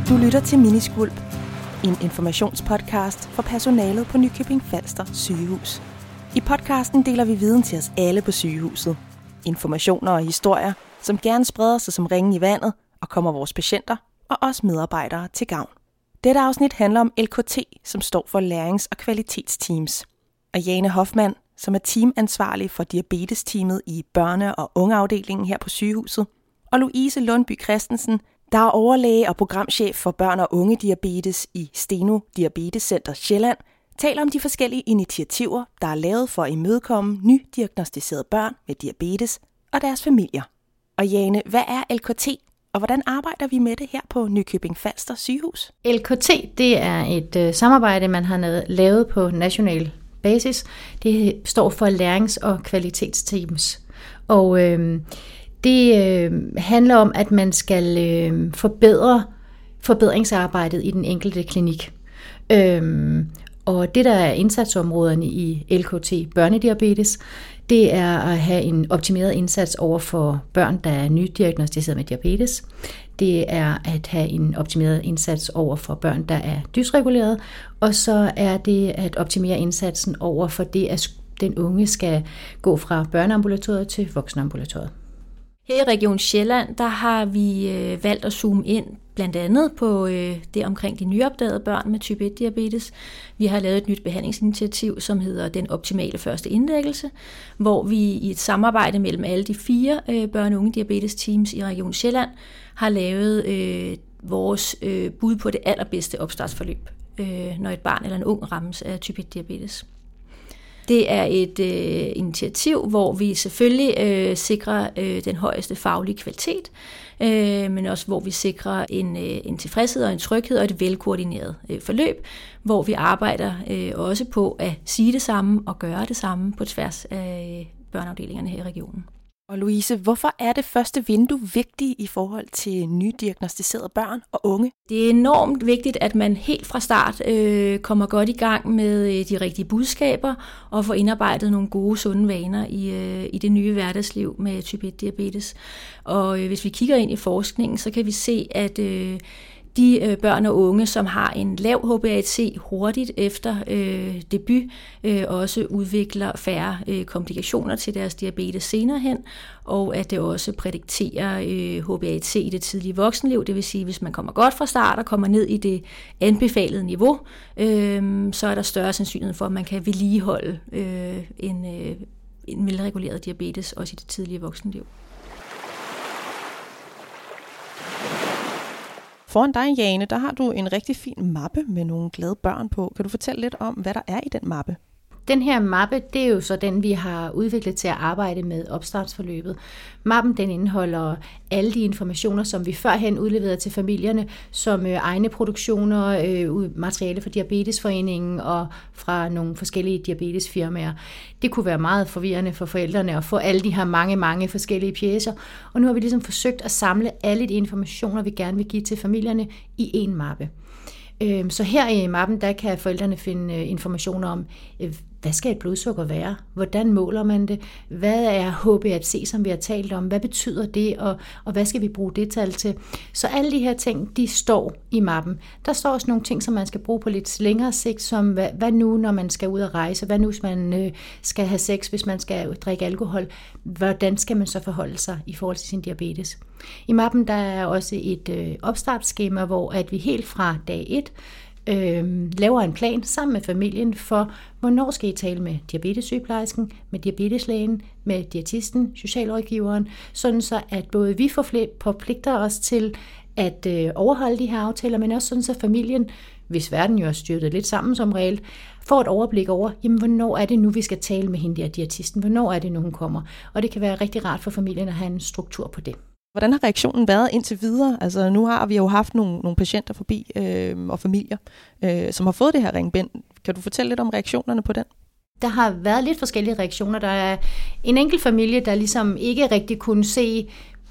Du lytter til Miniskvulp, en informationspodcast for personalet på Nykøbing Falster Sygehus. I podcasten deler vi viden til os alle på sygehuset. Informationer og historier, som gerne spreder sig som ringen i vandet og kommer vores patienter og os medarbejdere til gavn. Dette afsnit handler om LKT, som står for Lærings- og Kvalitetsteams. Og Jane Hoffmann, som er teamansvarlig for diabetesteamet i børne- og ungeafdelingen her på sygehuset, og Louise Lundby Christensen, der er overlæge og programchef for børn- og ungediabetes i Steno Diabetescenter Sjælland, taler om de forskellige initiativer, der er lavet for at imødekomme nydiagnosticerede børn med diabetes og deres familier. Og Jane, hvad er LKT, og hvordan arbejder vi med det her på Nykøbing Falster Sygehus? LKT, det er et samarbejde, man har lavet på national basis. Det står for Lærings- og Kvalitetsteams. Og det handler om, at man skal forbedre forbedringsarbejdet i den enkelte klinik. Og det, der er indsatsområderne i LKT børnediabetes, det er at have en optimeret indsats over for børn, der er nydiagnosticeret med diabetes. Det er at have en optimeret indsats over for børn, der er dysreguleret. Og så er det at optimere indsatsen over for det, at den unge skal gå fra børneambulatoriet til voksenambulatoriet. Her i Region Sjælland, der har vi valgt at zoome ind blandt andet på det omkring de nyopdagede børn med type 1-diabetes. Vi har lavet et nyt behandlingsinitiativ, som hedder Den Optimale Første Indlæggelse, hvor vi i et samarbejde mellem alle de 4 børne- og unge-diabetes-teams i Region Sjælland har lavet vores bud på det allerbedste opstartsforløb, når et barn eller en ung rammes af type 1-diabetes. Det er et initiativ, hvor vi selvfølgelig sikrer den højeste faglige kvalitet, men også hvor vi sikrer en tilfredshed og en tryghed og et velkoordineret forløb, hvor vi arbejder også på at sige det samme og gøre det samme på tværs af børneafdelingerne her i regionen. Og Louise, hvorfor er det første vindue vigtigt i forhold til nydiagnosticerede børn og unge? Det er enormt vigtigt, at man helt fra start kommer godt i gang med de rigtige budskaber og får indarbejdet nogle gode, sunde vaner i det nye hverdagsliv med type 1-diabetes. Og hvis vi kigger ind i forskningen, så kan vi se, at de børn og unge, som har en lav HbA1c hurtigt efter debut, også udvikler færre komplikationer til deres diabetes senere hen, og at det også prædikterer HbA1c i det tidlige voksenliv. Det vil sige, hvis man kommer godt fra start og kommer ned i det anbefalede niveau, så er der større sandsynlighed for, at man kan vedligeholde en velreguleret diabetes også i det tidlige voksenliv. Foran dig, Jane, der har du en rigtig fin mappe med nogle glade børn på. Kan du fortælle lidt om, hvad der er i den mappe? Den her mappe, det er jo så den, vi har udviklet til at arbejde med opstartsforløbet. Mappen, den indeholder alle de informationer, som vi førhen udleverede til familierne, som egne produktioner, materiale fra Diabetesforeningen og fra nogle forskellige diabetesfirmaer. Det kunne være meget forvirrende for forældrene at få alle de her mange forskellige pjecer. Og nu har vi ligesom forsøgt at samle alle de informationer, vi gerne vil give til familierne i en mappe. Så her i mappen, der kan forældrene finde informationer om, hvad skal et blodsukker være? Hvordan måler man det? Hvad er HbA1c, som vi har talt om? Hvad betyder det? Og hvad skal vi bruge det tal til? Så alle de her ting, de står i mappen. Der står også nogle ting, som man skal bruge på lidt længere sigt, som hvad nu, når man skal ud og rejse? Hvad nu, hvis man skal have sex, hvis man skal drikke alkohol? Hvordan skal man så forholde sig i forhold til sin diabetes? I mappen, der er også et opstartsskema, hvor at vi helt fra dag 1 laver en plan sammen med familien for, hvornår skal I tale med diabetessygeplejersken, med diabeteslægen, med diætisten, socialrådgiveren, sådan så at både vi forpligter os til at overholde de her aftaler, men også sådan så familien, hvis verden jo er styrtet lidt sammen som regel, får et overblik over, jamen, hvornår er det nu, vi skal tale med hende der diætisten, hvornår er det nu, hun kommer. Og det kan være rigtig rart for familien at have en struktur på det. Hvordan har reaktionen været indtil videre? Altså nu har vi jo haft nogle patienter forbi og familier, som har fået det her ringbind. Kan du fortælle lidt om reaktionerne på den? Der har været lidt forskellige reaktioner. Der er en enkelt familie, der ligesom ikke rigtig kunne se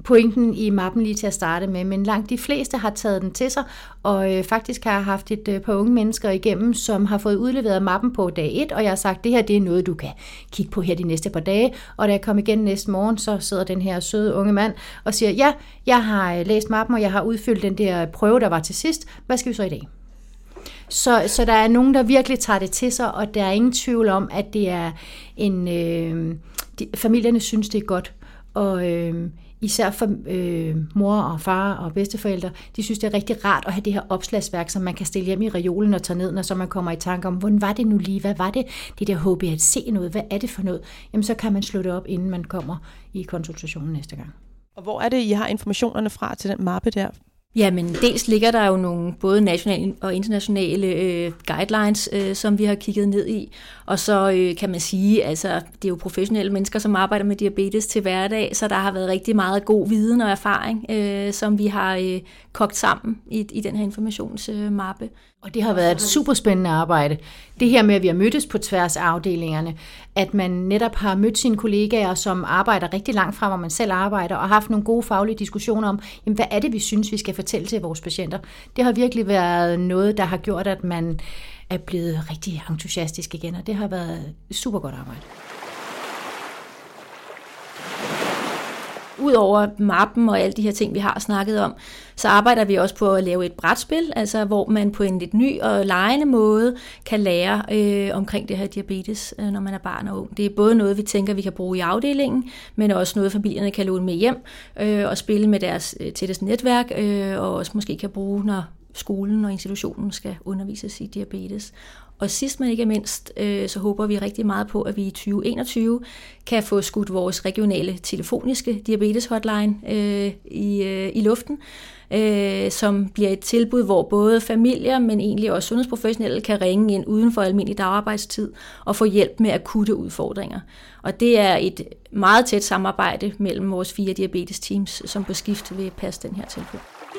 pointen i mappen lige til at starte med, men langt de fleste har taget den til sig, og faktisk har jeg haft et par unge mennesker igennem, som har fået udleveret mappen på dag 1, og jeg har sagt, det her det er noget, du kan kigge på her de næste par dage, og da jeg kom igen næste morgen, så sidder den her søde unge mand og siger, ja, jeg har læst mappen, og jeg har udfyldt den der prøve, der var til sidst, hvad skal vi så i dag? Så der er nogen, der virkelig tager det til sig, og der er ingen tvivl om, at det er familierne synes, det er godt, og især for mor og far og bedsteforældre, de synes, det er rigtig rart at have det her opslagsværk, som man kan stille hjem i reolen og tage ned, når så man kommer i tanke om, hvordan var det nu lige, hvad var det der håb at se noget, hvad er det for noget? Jamen så kan man slå det op, inden man kommer i konsultationen næste gang. Og hvor er det, I har informationerne fra til den mappe der? Jamen, dels ligger der jo nogle både nationale og internationale guidelines, som vi har kigget ned i. Og så kan man sige, altså det er jo professionelle mennesker, som arbejder med diabetes til hverdag, så der har været rigtig meget god viden og erfaring, som vi har kogt sammen i den her informationsmappe. Og det har været et super spændende arbejde. Det her med, at vi har mødtes på tværs af afdelingerne, at man netop har mødt sine kollegaer, som arbejder rigtig langt fra, hvor man selv arbejder, og haft nogle gode faglige diskussioner om, jamen, hvad er det, vi synes, vi skal fortælle til vores patienter. Det har virkelig været noget, der har gjort, at man er blevet rigtig entusiastisk igen, og det har været super godt arbejde. Udover mappen og alle de her ting, vi har snakket om, så arbejder vi også på at lave et brætspil, altså hvor man på en lidt ny og legende måde kan lære omkring det her diabetes, når man er barn og ung. Det er både noget, vi tænker, vi kan bruge i afdelingen, men også noget, familierne kan låne med hjem og spille med deres tætteste netværk, og også måske kan bruge, når skolen og institutionen skal undervises i diabetes. Og sidst men ikke mindst, så håber vi rigtig meget på, at vi i 2021 kan få skudt vores regionale telefoniske diabetes-hotline i luften, som bliver et tilbud, hvor både familier, men egentlig også sundhedsprofessionelle kan ringe ind uden for almindelig dagarbejdstid og få hjælp med akutte udfordringer. Og det er et meget tæt samarbejde mellem vores 4 diabetes-teams, som på skift vil passe den her tilbud.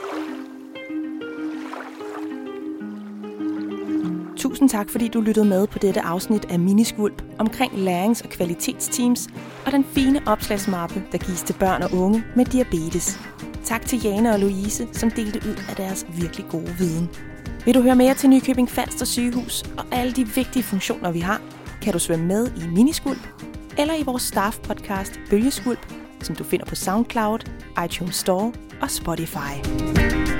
Tusind tak, fordi du lyttede med på dette afsnit af Miniskvulp omkring lærings- og kvalitetsteams og den fine opslagsmappe, der gives til børn og unge med diabetes. Tak til Jane og Louise, som delte ud af deres virkelig gode viden. Vil du høre mere til Nykøbing Falster Sygehus og alle de vigtige funktioner, vi har, kan du svømme med i Miniskvulp eller i vores staff-podcast Bølgeskvulp, som du finder på SoundCloud, iTunes Store og Spotify.